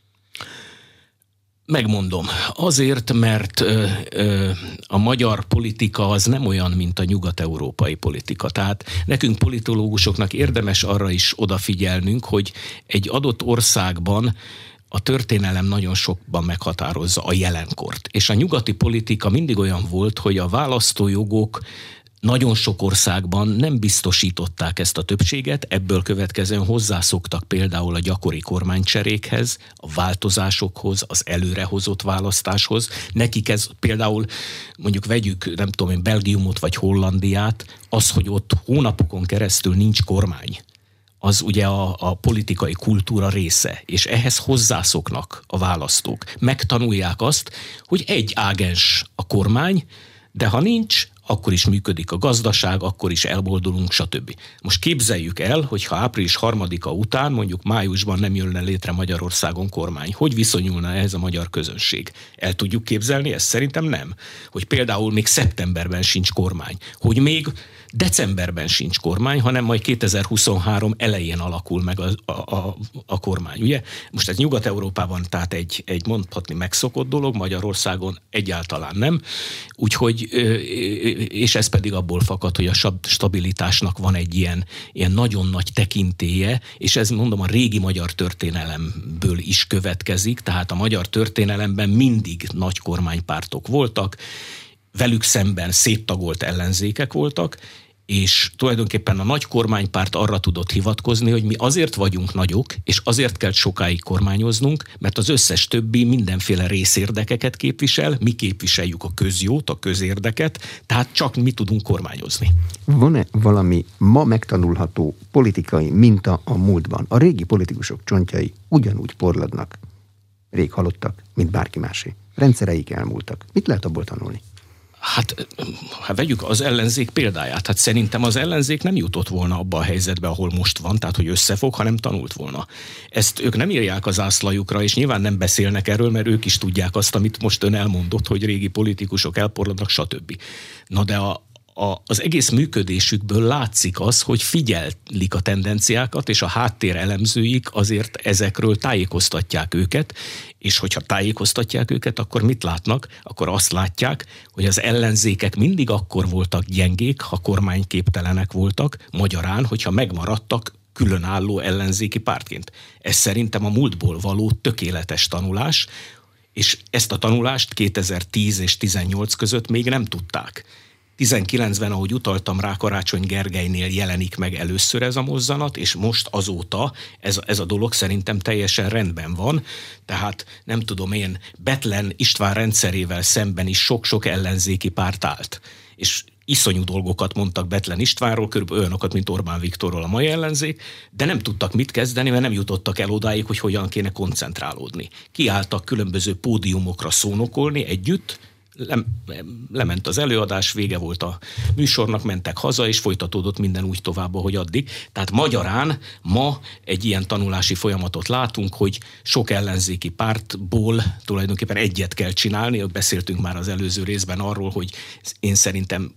Speaker 2: Megmondom. Azért, mert ö, ö, a magyar politika az nem olyan, mint a nyugat-európai politika. Tehát nekünk politológusoknak érdemes arra is odafigyelnünk, hogy egy adott országban a történelem nagyon sokban meghatározza a jelenkort. És a nyugati politika mindig olyan volt, hogy a választójogok nagyon sok országban nem biztosították ezt a többséget, ebből következően hozzászoktak például a gyakori kormánycserékhez, a változásokhoz, az előrehozott választáshoz. Nekik ez például, mondjuk vegyük, nem tudom én, Belgiumot vagy Hollandiát, az, hogy ott hónapokon keresztül nincs kormány, az ugye a, a politikai kultúra része, és ehhez hozzászoknak a választók. Megtanulják azt, hogy egy ágens a kormány, de ha nincs, akkor is működik a gazdaság, akkor is elboldulunk, stb. Most képzeljük el, hogy ha április harmadika után, mondjuk májusban nem jönne létre Magyarországon kormány, hogy viszonyulna ehhez a magyar közönség? El tudjuk képzelni ezt? Szerintem nem. Hogy például még szeptemberben sincs kormány, hogy még decemberben sincs kormány, hanem majd kétezer-huszonhárom elején alakul meg a, a, a, a kormány. Ugye? Most ez Nyugat-Európában tehát egy, egy mondhatni megszokott dolog, Magyarországon egyáltalán nem. Úgyhogy, és ez pedig abból fakad, hogy a stabilitásnak van egy ilyen, ilyen nagyon nagy tekintélye, és ez mondom a régi magyar történelemből is következik, tehát a magyar történelemben mindig nagy kormánypártok voltak, velük szemben széttagolt ellenzékek voltak, és tulajdonképpen a nagy kormánypárt arra tudott hivatkozni, hogy mi azért vagyunk nagyok, és azért kell sokáig kormányoznunk, mert az összes többi mindenféle részérdekeket képvisel, mi képviseljük a közjót, a közérdeket, tehát csak mi tudunk kormányozni.
Speaker 1: Van-e valami ma megtanulható politikai minta a múltban? A régi politikusok csontjai ugyanúgy porladnak, rég halottak, mint bárki másé. Rendszereik elmúltak. Mit lehet abból tanulni?
Speaker 2: Hát, hát vegyük az ellenzék példáját. Hát szerintem az ellenzék nem jutott volna abba a helyzetbe, ahol most van, tehát hogy összefog, hanem tanult volna. Ezt ők nem írják az ászlajukra, és nyilván nem beszélnek erről, mert ők is tudják azt, amit most ön elmondott, hogy régi politikusok elporladnak, stb. Na de a A, az egész működésükből látszik az, hogy figyelik a tendenciákat, és a háttér elemzőik azért ezekről tájékoztatják őket, és hogyha tájékoztatják őket, akkor mit látnak? Akkor azt látják, hogy az ellenzékek mindig akkor voltak gyengék, ha kormányképtelenek voltak, magyarán, hogyha megmaradtak különálló ellenzéki pártként. Ez szerintem a múltból való tökéletes tanulás, és ezt a tanulást kétezer-tíz és tizennyolc között még nem tudták. tizenkilencben, ahogy utaltam rá, Karácsony Gergelynél jelenik meg először ez a mozzanat, és most azóta ez, ez a dolog szerintem teljesen rendben van. Tehát nem tudom én, Bethlen István rendszerével szemben is sok-sok ellenzéki párt állt. És iszonyú dolgokat mondtak Bethlen Istvánról, körülbelül olyanokat, mint Orbán Viktorról a mai ellenzék, de nem tudtak mit kezdeni, mert nem jutottak el odáig, hogy hogyan kéne koncentrálódni. Kiálltak különböző pódiumokra szónokolni együtt, Le, lement az előadás, vége volt a műsornak, mentek haza, és folytatódott minden úgy tovább, ahogy addig. Tehát magyarán ma egy ilyen tanulási folyamatot látunk, hogy sok ellenzéki pártból tulajdonképpen egyet kell csinálni. Beszéltünk már az előző részben arról, hogy én szerintem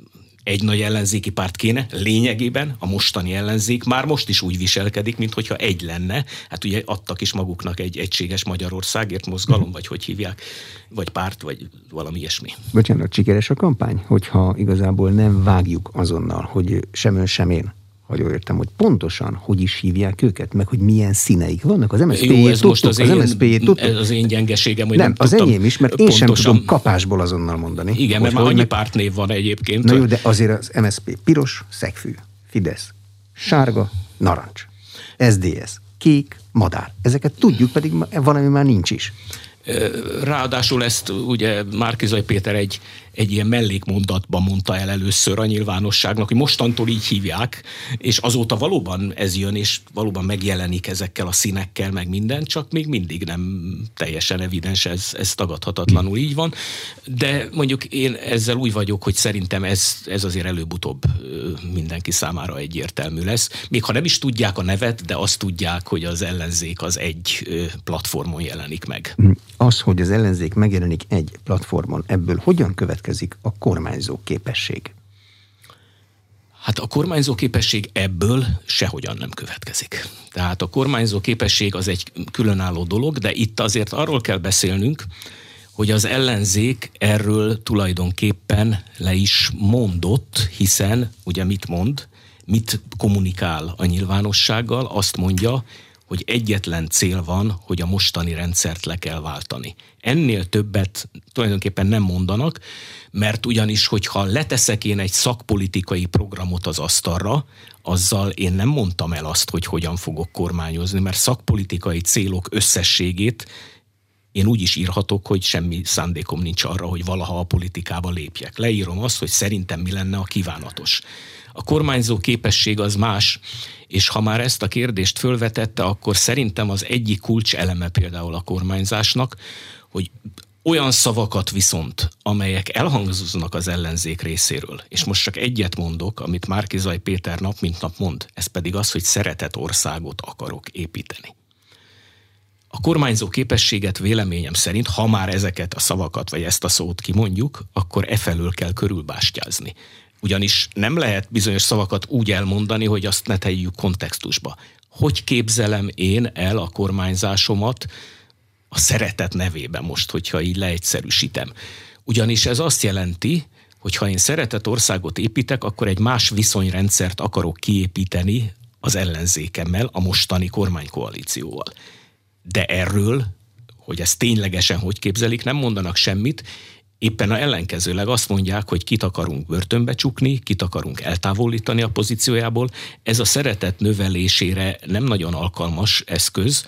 Speaker 2: egy nagy ellenzéki párt kéne, lényegében a mostani ellenzék már most is úgy viselkedik, minthogyha egy lenne. Hát ugye adtak is maguknak egy egységes Magyarországért mozgalom, vagy hogy hívják, vagy párt, vagy valami ilyesmi.
Speaker 1: Bocsánat, sikeres a kampány, hogyha igazából nem vágjuk azonnal, hogy sem ön, sem én, hogy jól értem, hogy pontosan hogy is hívják őket, meg hogy milyen színeik vannak. Az em es zé pé-jét tudtuk,
Speaker 2: most az,
Speaker 1: az
Speaker 2: én,
Speaker 1: em es zé pé-jét tudtuk.
Speaker 2: Ez az én gyengeségem, hogy
Speaker 1: nem,
Speaker 2: nem
Speaker 1: az
Speaker 2: tudtam
Speaker 1: enyém is, mert én
Speaker 2: pontosan,
Speaker 1: sem tudom kapásból azonnal mondani.
Speaker 2: Igen, mert már annyi meg... pártnév van egyébként.
Speaker 1: Na jó, de azért az em es zé pé piros, szegfű, Fidesz, sárga, narancs, es zé dé es, kék, madár. Ezeket tudjuk, pedig van, ami már nincs is.
Speaker 2: Ráadásul ezt ugye Márki-Zay Péter egy, egy ilyen mellékmondatban mondta el először a nyilvánosságnak, hogy mostantól így hívják, és azóta valóban ez jön, és valóban megjelenik ezekkel a színekkel, meg minden, csak még mindig nem teljesen evidens, ez, ez tagadhatatlanul így van. De mondjuk én ezzel úgy vagyok, hogy szerintem ez, ez azért előbb-utóbb mindenki számára egyértelmű lesz. Még ha nem is tudják a nevet, de azt tudják, hogy az ellenzék az egy platformon jelenik meg.
Speaker 1: Az, hogy az ellenzék megjelenik egy platformon, ebből hogyan következik a kormányzó képesség?
Speaker 2: Hát a kormányzó képesség ebből sehogyan nem következik. Tehát a kormányzó képesség az egy különálló dolog, de itt azért arról kell beszélnünk, hogy az ellenzék erről tulajdonképpen le is mondott, hiszen ugye mit mond, mit kommunikál a nyilvánossággal, azt mondja, hogy egyetlen cél van, hogy a mostani rendszert le kell váltani. Ennél többet tulajdonképpen nem mondanak, mert ugyanis, hogyha leteszek én egy szakpolitikai programot az asztalra, azzal én nem mondtam el azt, hogy hogyan fogok kormányozni, mert szakpolitikai célok összességét én úgy is írhatok, hogy semmi szándékom nincs arra, hogy valaha a politikába lépjek. Leírom azt, hogy szerintem mi lenne a kívánatos. A kormányzó képesség az más, és ha már ezt a kérdést fölvetette, akkor szerintem az egyik kulcseleme például a kormányzásnak, hogy Olyan szavakat viszont, amelyek elhangoznak az ellenzék részéről, és most csak egyet mondok, amit Márki-Zay Péter nap mint nap mond, ez pedig az, hogy szeretett országot akarok építeni. A kormányzó képességet véleményem szerint, ha már ezeket a szavakat, vagy ezt a szót kimondjuk, akkor e felől kell körülbástyázni. Ugyanis nem lehet bizonyos szavakat úgy elmondani, hogy azt ne tegyük kontextusba. Hogy képzelem én el a kormányzásomat a szeretet nevében most, hogyha így leegyszerűsítem. Ugyanis ez azt jelenti, hogy ha én szeretett országot építek, akkor egy más viszonyrendszert akarok kiépíteni az ellenzékemmel, a mostani kormánykoalícióval. De erről, hogy ez ténylegesen hogy képzelik, nem mondanak semmit, éppen a ellenkezőleg azt mondják, hogy kit akarunk börtönbe csukni, kit akarunk eltávolítani a pozíciójából. Ez a szeretet növelésére nem nagyon alkalmas eszköz,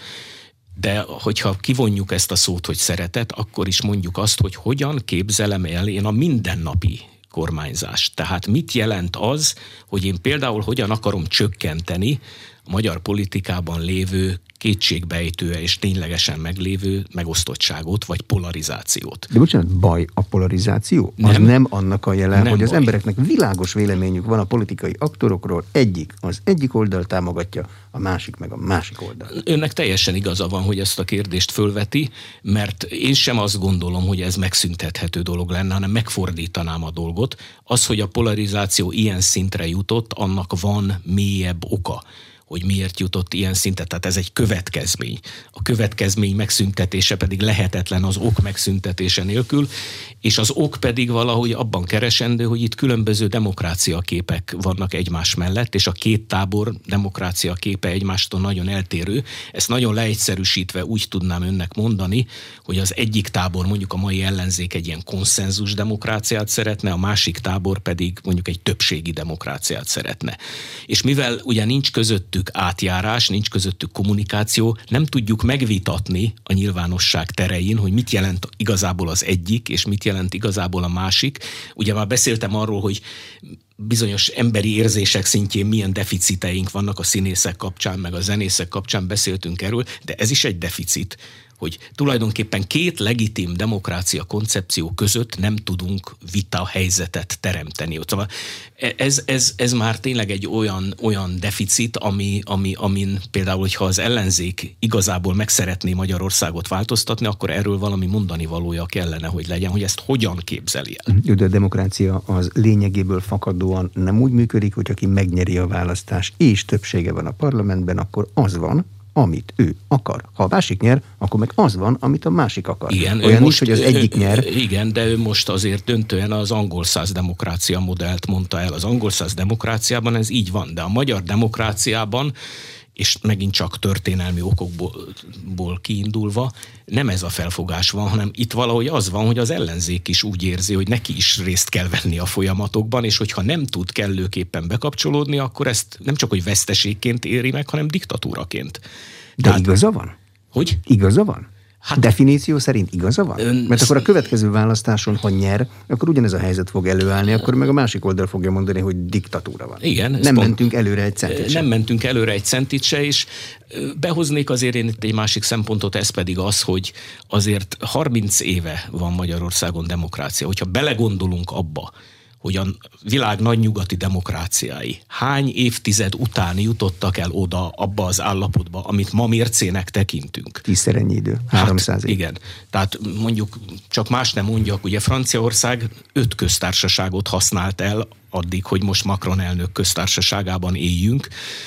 Speaker 2: de hogyha kivonjuk ezt a szót, hogy szeretet, akkor is mondjuk azt, hogy hogyan képzelem el én a mindennapi kormányzást. Tehát mit jelent az, hogy én például hogyan akarom csökkenteni a magyar politikában lévő kétségbejtő és ténylegesen meglévő megosztottságot, vagy polarizációt.
Speaker 1: De bocsánat, baj a polarizáció? Nem. Az nem annak a jele, hogy az baj. Embereknek világos véleményük van a politikai aktorokról, egyik az egyik oldal támogatja, a másik meg a másik oldal.
Speaker 2: Önnek teljesen igaza van, hogy ezt a kérdést fölveti, mert én sem azt gondolom, hogy ez megszüntethető dolog lenne, hanem megfordítanám a dolgot. Az, hogy a polarizáció ilyen szintre jutott, annak van mélyebb oka, hogy miért jutott ilyen szintet. Tehát ez egy következmény. A következmény megszüntetése pedig lehetetlen az ok megszüntetése nélkül, és az ok pedig valahogy abban keresendő, hogy itt különböző demokráciaképek vannak egymás mellett, és a két tábor demokráciaképe egymástól nagyon eltérő. Ezt nagyon leegyszerűsítve úgy tudnám önnek mondani, hogy az egyik tábor, mondjuk a mai ellenzék egy ilyen konszenzus demokráciát szeretne, a másik tábor pedig mondjuk egy többségi demokráciát szeretne. És mivel ugye nincs közöttük átjárás, nincs közöttük kommunikáció, nem tudjuk megvitatni a nyilvánosság terein, hogy mit jelent igazából az egyik, és mit jelent igazából a másik. Ugye már beszéltem arról, hogy bizonyos emberi érzések szintjén milyen deficiteink vannak a színészek kapcsán, meg a zenészek kapcsán beszéltünk erről, de ez is egy deficit, hogy tulajdonképpen két legitim demokrácia koncepció között nem tudunk vita helyzetet teremteni. Szóval ez, ez, ez már tényleg egy olyan, olyan deficit, ami, ami, amin például, hogyha az ellenzék igazából meg szeretné Magyarországot változtatni, akkor erről valami mondani valója kellene, hogy legyen, hogy ezt hogyan képzeli el.
Speaker 1: De a demokrácia az lényegéből fakadóan nem úgy működik, hogy aki megnyeri a választást és többsége van a parlamentben, akkor az van, amit ő akar. Ha a másik nyer, akkor meg az van, amit a másik akar.
Speaker 2: Igen,
Speaker 1: olyan
Speaker 2: most,
Speaker 1: is, hogy az egyik nyer.
Speaker 2: Igen, de ő most azért döntően az angol száz demokrácia modellt mondta el. Az angol száz demokráciában ez így van, de a magyar demokráciában, és megint csak történelmi okokból kiindulva, nem ez a felfogás van, hanem itt valahogy az van, hogy az ellenzék is úgy érzi, hogy neki is részt kell venni a folyamatokban, és hogyha nem tud kellőképpen bekapcsolódni, akkor ezt nem csak hogy veszteségként éri meg, hanem diktatúraként.
Speaker 1: De Tehát, igaza van?
Speaker 2: Hogy?
Speaker 1: Igaza van? Hát, definíció szerint igaza van? Ön... Mert akkor a következő választáson, ha nyer, akkor ugyanez a helyzet fog előállni, akkor meg a másik oldal fogja mondani, hogy diktatúra van.
Speaker 2: Igen.
Speaker 1: Nem mentünk pont... előre egy centit se.
Speaker 2: Nem mentünk előre egy centit se, és behoznék azért én itt egy másik szempontot, ez pedig az, hogy azért harminc éve van Magyarországon demokrácia. Hogyha belegondolunk abba, hogy a világ nagy nyugati demokráciái hány évtized után jutottak el oda, abba az állapotba, amit ma mércének tekintünk.
Speaker 1: Tízszer ennyi idő, háromszáz év.
Speaker 2: Igen. Tehát mondjuk, csak más nem mondjak, ugye Franciaország öt köztársaságot használt el addig, hogy most Macron elnök köztársaságában éljünk,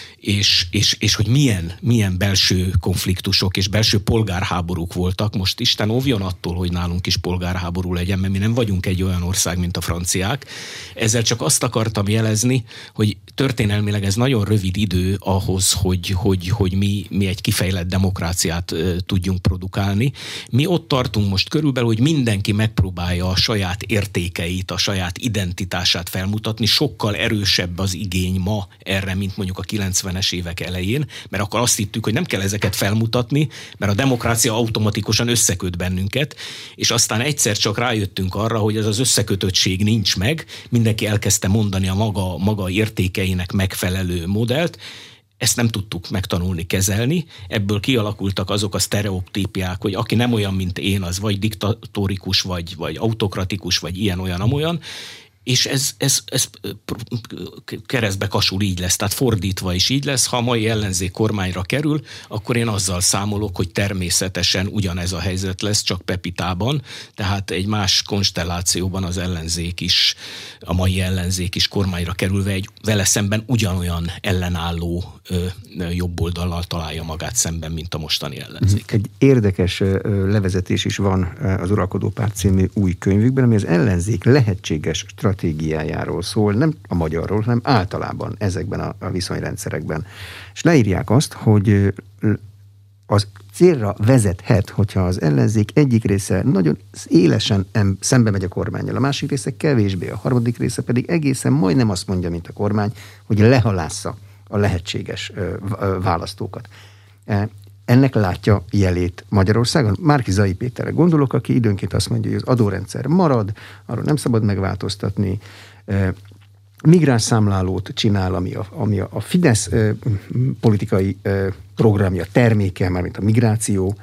Speaker 2: és, és, és hogy milyen, milyen belső konfliktusok és belső polgárháborúk voltak. Most Isten óvjon attól, hogy nálunk is polgárháború legyen, mert mi nem vagyunk egy olyan ország, mint a franciák. Ezzel csak azt akartam jelezni, hogy történelmileg ez nagyon rövid idő ahhoz, hogy, hogy, hogy mi, mi egy kifejlett demokráciát uh, tudjunk produkálni. Mi ott tartunk most körülbelül, hogy mindenki megpróbálja a saját értékeit, a saját identitását felmutatni. Sokkal erősebb az igény ma erre, mint mondjuk a kilencvenes évek elején, mert akkor azt hittük, hogy nem kell ezeket felmutatni, mert a demokrácia automatikusan összeköt bennünket, és aztán egyszer csak rájöttünk arra, hogy ez az összekötöttség nincs meg, mindenki elkezdte mondani a maga, maga értékeinek megfelelő modellt. ezt nem tudtuk megtanulni, kezelni, ebből kialakultak azok a sztereotípiák, hogy aki nem olyan, mint én, az vagy diktatórikus, vagy, vagy autokratikus, vagy ilyen-olyan, amolyan, és ez, ez, ez keresztbe kasul így lesz, tehát fordítva is így lesz. Ha a mai ellenzék kormányra kerül, akkor én azzal számolok, hogy természetesen ugyanez a helyzet lesz, csak Pepitában, tehát egy más konstellációban az ellenzék is, a mai ellenzék is kormányra kerülve egy vele szemben ugyanolyan ellenálló ö, jobboldallal találja magát szemben, mint a mostani ellenzék.
Speaker 1: Egy érdekes levezetés is van az Uralkodó Párt című új könyvükben, ami az ellenzék lehetséges stratégiájáról szól, nem a magyarról, hanem általában ezekben a, a viszonyrendszerekben. És leírják azt, hogy az célra vezethet, hogyha az ellenzék egyik része nagyon élesen szembe megy a kormánnyal, a másik része kevésbé, a harmadik része pedig egészen majdnem azt mondja, mint a kormány, hogy lehalásza a lehetséges választókat. Ennek látja jelét Magyarországon. Márki-Zay Péterre gondolok, aki időnként azt mondja, hogy az adórendszer marad, arról nem szabad megváltoztatni, migráns számlálót csinál, ami a, ami a Fidesz politikai programja, terméke, mármint a migráció,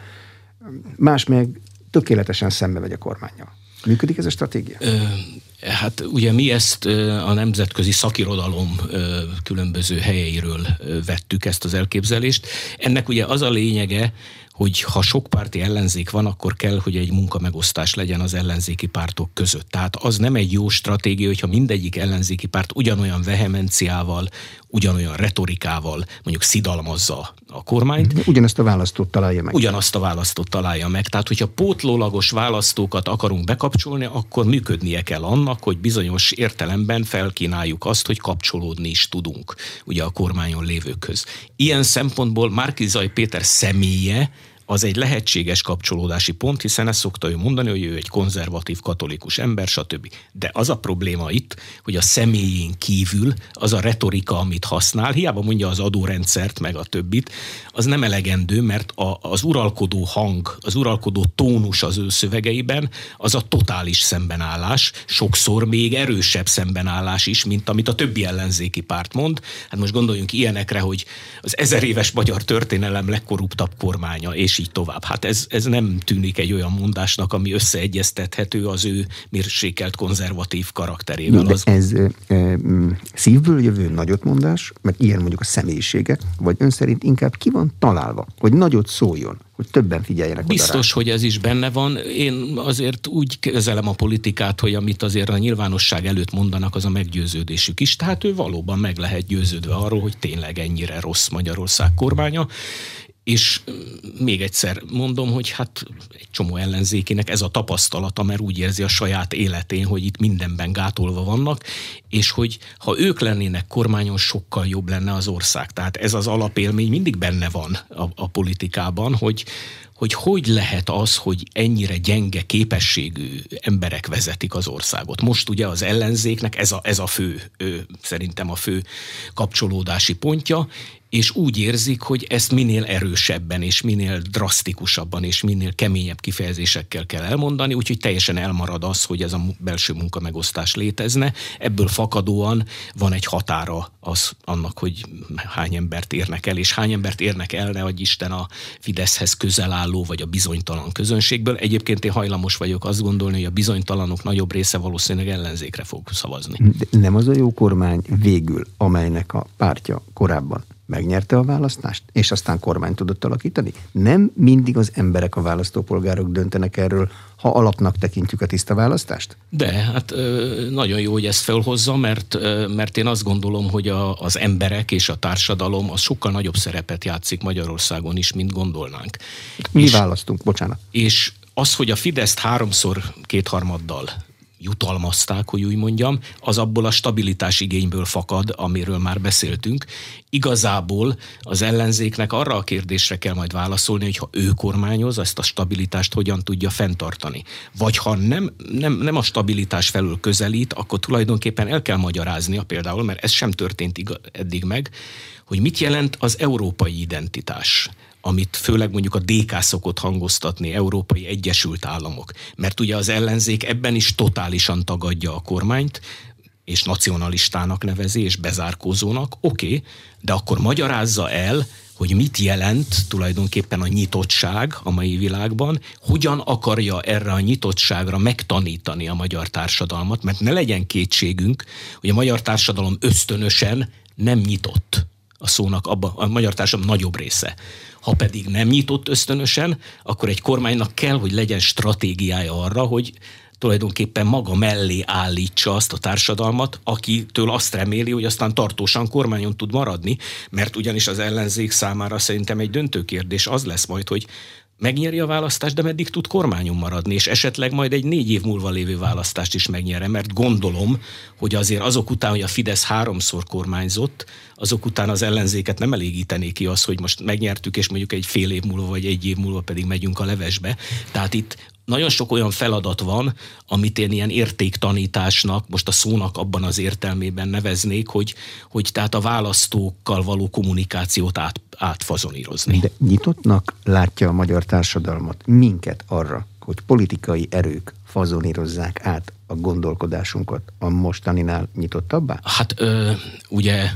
Speaker 1: más meg tökéletesen szembe megy a kormánnyal. Működik ez a stratégia?
Speaker 2: Ö, hát ugye mi ezt a nemzetközi szakirodalom különböző helyeiről vettük ezt az elképzelést. Ennek ugye az a lényege, hogy ha sokpárti ellenzék van, akkor kell, hogy egy munkamegosztás legyen az ellenzéki pártok között. Tehát az nem egy jó stratégia, hogyha mindegyik ellenzéki párt ugyanolyan vehemenciával, ugyanolyan retorikával mondjuk szidalmazza a kormányt.
Speaker 1: Ugyanazt a választót találja meg.
Speaker 2: Ugyanazt a választót találja meg. Tehát, hogyha pótlólagos választókat akarunk bekapcsolni, akkor működnie kell annak, hogy bizonyos értelemben felkínáljuk azt, hogy kapcsolódni is tudunk ugye a kormányon lévőkhöz. Ilyen szempontból Márki-Zay Péter személye az egy lehetséges kapcsolódási pont, hiszen ezt szokta ő mondani, hogy ő egy konzervatív katolikus ember, stb. De az a probléma itt, hogy a személyén kívül az a retorika, amit használ, hiába mondja az adórendszert, meg a többit, az nem elegendő, mert a, az uralkodó hang, az uralkodó tónus az ő szövegeiben, az a totális szembenállás, sokszor még erősebb szembenállás is, mint amit a többi ellenzéki párt mond. Hát most gondoljunk ilyenekre, hogy az ezer éves magyar történelem legkorruptabb kormánya, és így tovább. Hát ez, ez nem tűnik egy olyan mondásnak, ami összeegyeztethető az ő mérsékelt konzervatív karakterével.
Speaker 1: De ez e, szívből jövő nagyotmondás, mert ilyen mondjuk a személyisége, vagy ön szerint inkább ki van találva, hogy nagyot szóljon, hogy többen figyeljenek oda rá?
Speaker 2: Biztos, hogy ez is benne van. Én azért úgy kezelem a politikát, hogy amit azért a nyilvánosság előtt mondanak, az a meggyőződésük is. Tehát ő valóban meg lehet győződve arról, hogy tényleg ennyire rossz Magyarország kormánya. És még egyszer mondom, hogy hát egy csomó ellenzékének ez a tapasztalata, mert úgy érzi a saját életén, hogy itt mindenben gátolva vannak, és hogy ha ők lennének kormányon, sokkal jobb lenne az ország. Tehát ez az alapélmény mindig benne van a, a politikában, hogy, hogy hogy lehet az, hogy ennyire gyenge képességű emberek vezetik az országot. Most ugye az ellenzéknek ez a, ez a fő, szerintem a fő kapcsolódási pontja, és úgy érzik, hogy ezt minél erősebben, és minél drasztikusabban, és minél keményebb kifejezésekkel kell elmondani, úgyhogy teljesen elmarad az, hogy ez a belső munkamegosztás létezne. Ebből fakadóan van egy határa az annak, hogy hány embert érnek el, és hány embert érnek el, ne adj Isten, a Fideszhez közel álló, vagy a bizonytalan közönségből. Egyébként én hajlamos vagyok azt gondolni, hogy a bizonytalanok nagyobb része valószínűleg ellenzékre fog szavazni.
Speaker 1: De nem az a jó kormány végül, amelynek a pártja korábban megnyerte a választást, és aztán kormányt tudott alakítani? Nem mindig az emberek, a választópolgárok döntenek erről, ha alapnak tekintjük a tiszta választást?
Speaker 2: De, hát nagyon jó, hogy ezt felhozza, mert, mert én azt gondolom, hogy a, az emberek és a társadalom az sokkal nagyobb szerepet játszik Magyarországon is, mint gondolnánk.
Speaker 1: Mi
Speaker 2: és,
Speaker 1: választunk, bocsánat.
Speaker 2: És az, hogy a Fideszt háromszor kétharmaddal jutalmazták, hogy úgy mondjam, az abból a stabilitás igényből fakad, amiről már beszéltünk. Igazából az ellenzéknek arra a kérdésre kell majd válaszolni, hogy ha ő kormányoz, ezt a stabilitást hogyan tudja fenntartani. Vagy ha nem, nem, nem a stabilitás felől közelít, akkor tulajdonképpen el kell magyaráznia például, mert ez sem történt eddig meg, hogy mit jelent az európai identitás, amit főleg mondjuk a dé ká szokott hangoztatni, Európai Egyesült Államok. Mert ugye az ellenzék ebben is totálisan tagadja a kormányt, és nacionalistának nevezi, és bezárkózónak, oké, okay, de akkor magyarázza el, hogy mit jelent tulajdonképpen a nyitottság a mai világban, hogyan akarja erre a nyitottságra megtanítani a magyar társadalmat, mert ne legyen kétségünk, hogy a magyar társadalom ösztönösen nem nyitott a szónak, abba, a magyar társadalom nagyobb része. Ha pedig nem nyitott ösztönösen, akkor egy kormánynak kell, hogy legyen stratégiája arra, hogy tulajdonképpen maga mellé állítsa azt a társadalmat, akitől azt reméli, hogy aztán tartósan kormányon tud maradni, mert ugyanis az ellenzék számára szerintem egy döntő kérdés az lesz majd, hogy megnyeri a választást, de meddig tud kormányon maradni, és esetleg majd egy négy év múlva lévő választást is megnyerje, mert gondolom, hogy azért azok után, hogy a Fidesz háromszor kormányzott, azok után az ellenzéket nem elégítené ki az, hogy most megnyertük, és mondjuk egy fél év múlva, vagy egy év múlva pedig megyünk a levesbe. Tehát itt nagyon sok olyan feladat van, amit én ilyen értéktanításnak, most a szónak abban az értelmében neveznék, hogy, hogy tehát a választókkal való kommunikációt át, átfazonírozni.
Speaker 1: De nyitottnak látja a magyar társadalmat, minket arra, hogy politikai erők fazonírozzák át a gondolkodásunkat a mostaninál nyitottabbá?
Speaker 2: Hát ö, ugye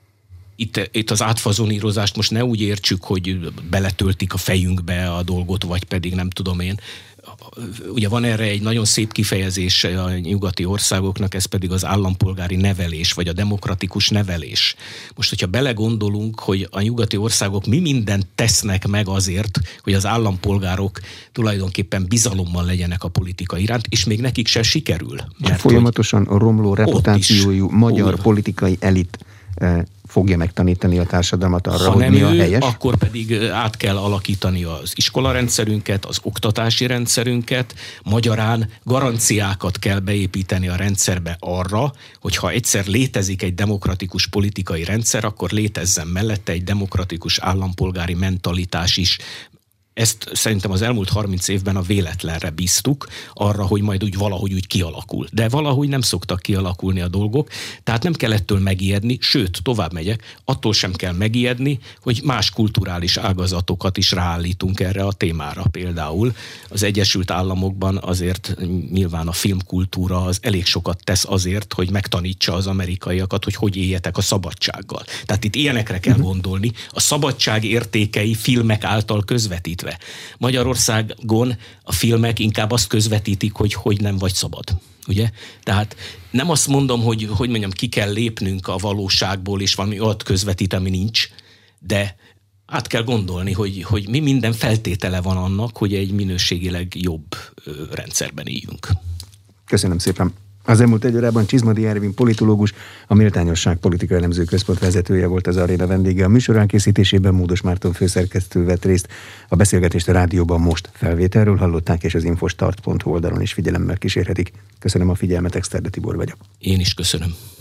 Speaker 2: Itt, itt az átfazonírozást most ne úgy értsük, hogy beletöltik a fejünkbe a dolgot, vagy pedig nem tudom én. Ugye van erre egy nagyon szép kifejezése a nyugati országoknak, ez pedig az állampolgári nevelés, vagy a demokratikus nevelés. Most, hogyha belegondolunk, hogy a nyugati országok mi mindent tesznek meg azért, hogy az állampolgárok tulajdonképpen bizalommal legyenek a politika iránt, és még nekik sem sikerül.
Speaker 1: Mert folyamatosan a romló reputációjú magyar új. politikai elit fogja megtanítani a társadalmat arra, ha hogy mi a ő, helyes?
Speaker 2: Akkor pedig át kell alakítani az iskolarendszerünket, az oktatási rendszerünket, magyarán garanciákat kell beépíteni a rendszerbe arra, hogy ha egyszer létezik egy demokratikus politikai rendszer, akkor létezzen mellette egy demokratikus állampolgári mentalitás is. Ezt szerintem az elmúlt harminc évben a véletlenre bíztuk, arra, hogy majd úgy valahogy úgy kialakul. De valahogy nem szoktak kialakulni a dolgok, tehát nem kell ettől megijedni, sőt, tovább megyek, attól sem kell megijedni, hogy más kulturális ágazatokat is ráállítunk erre a témára. Például az Egyesült Államokban azért nyilván a filmkultúra az elég sokat tesz azért, hogy megtanítsa az amerikaiakat, hogy hogy éljetek a szabadsággal. Tehát itt ilyenekre kell gondolni, a szabadság értékei filmek által közvetítve. Magyarországon a filmek inkább azt közvetítik, hogy hogy nem vagy szabad. Ugye? Tehát nem azt mondom, hogy, hogy mondjam, ki kell lépnünk a valóságból, és valami olyat közvetít, ami nincs, de át kell gondolni, hogy, hogy mi minden feltétele van annak, hogy egy minőségileg jobb rendszerben éljünk.
Speaker 1: Köszönöm szépen. Az elmúlt egy órában Csizmadi Ervin politológus, a Méltányosság Politikai Elemző Központ vezetője volt az aréna vendége. A műsor elkészítésében Módos Márton főszerkesztő vett részt. A beszélgetést a rádióban most felvételről hallották, és az infostart pont hu oldalon is figyelemmel kísérhetik. Köszönöm a figyelmet, Exterde Tibor vagyok.
Speaker 2: Én is köszönöm.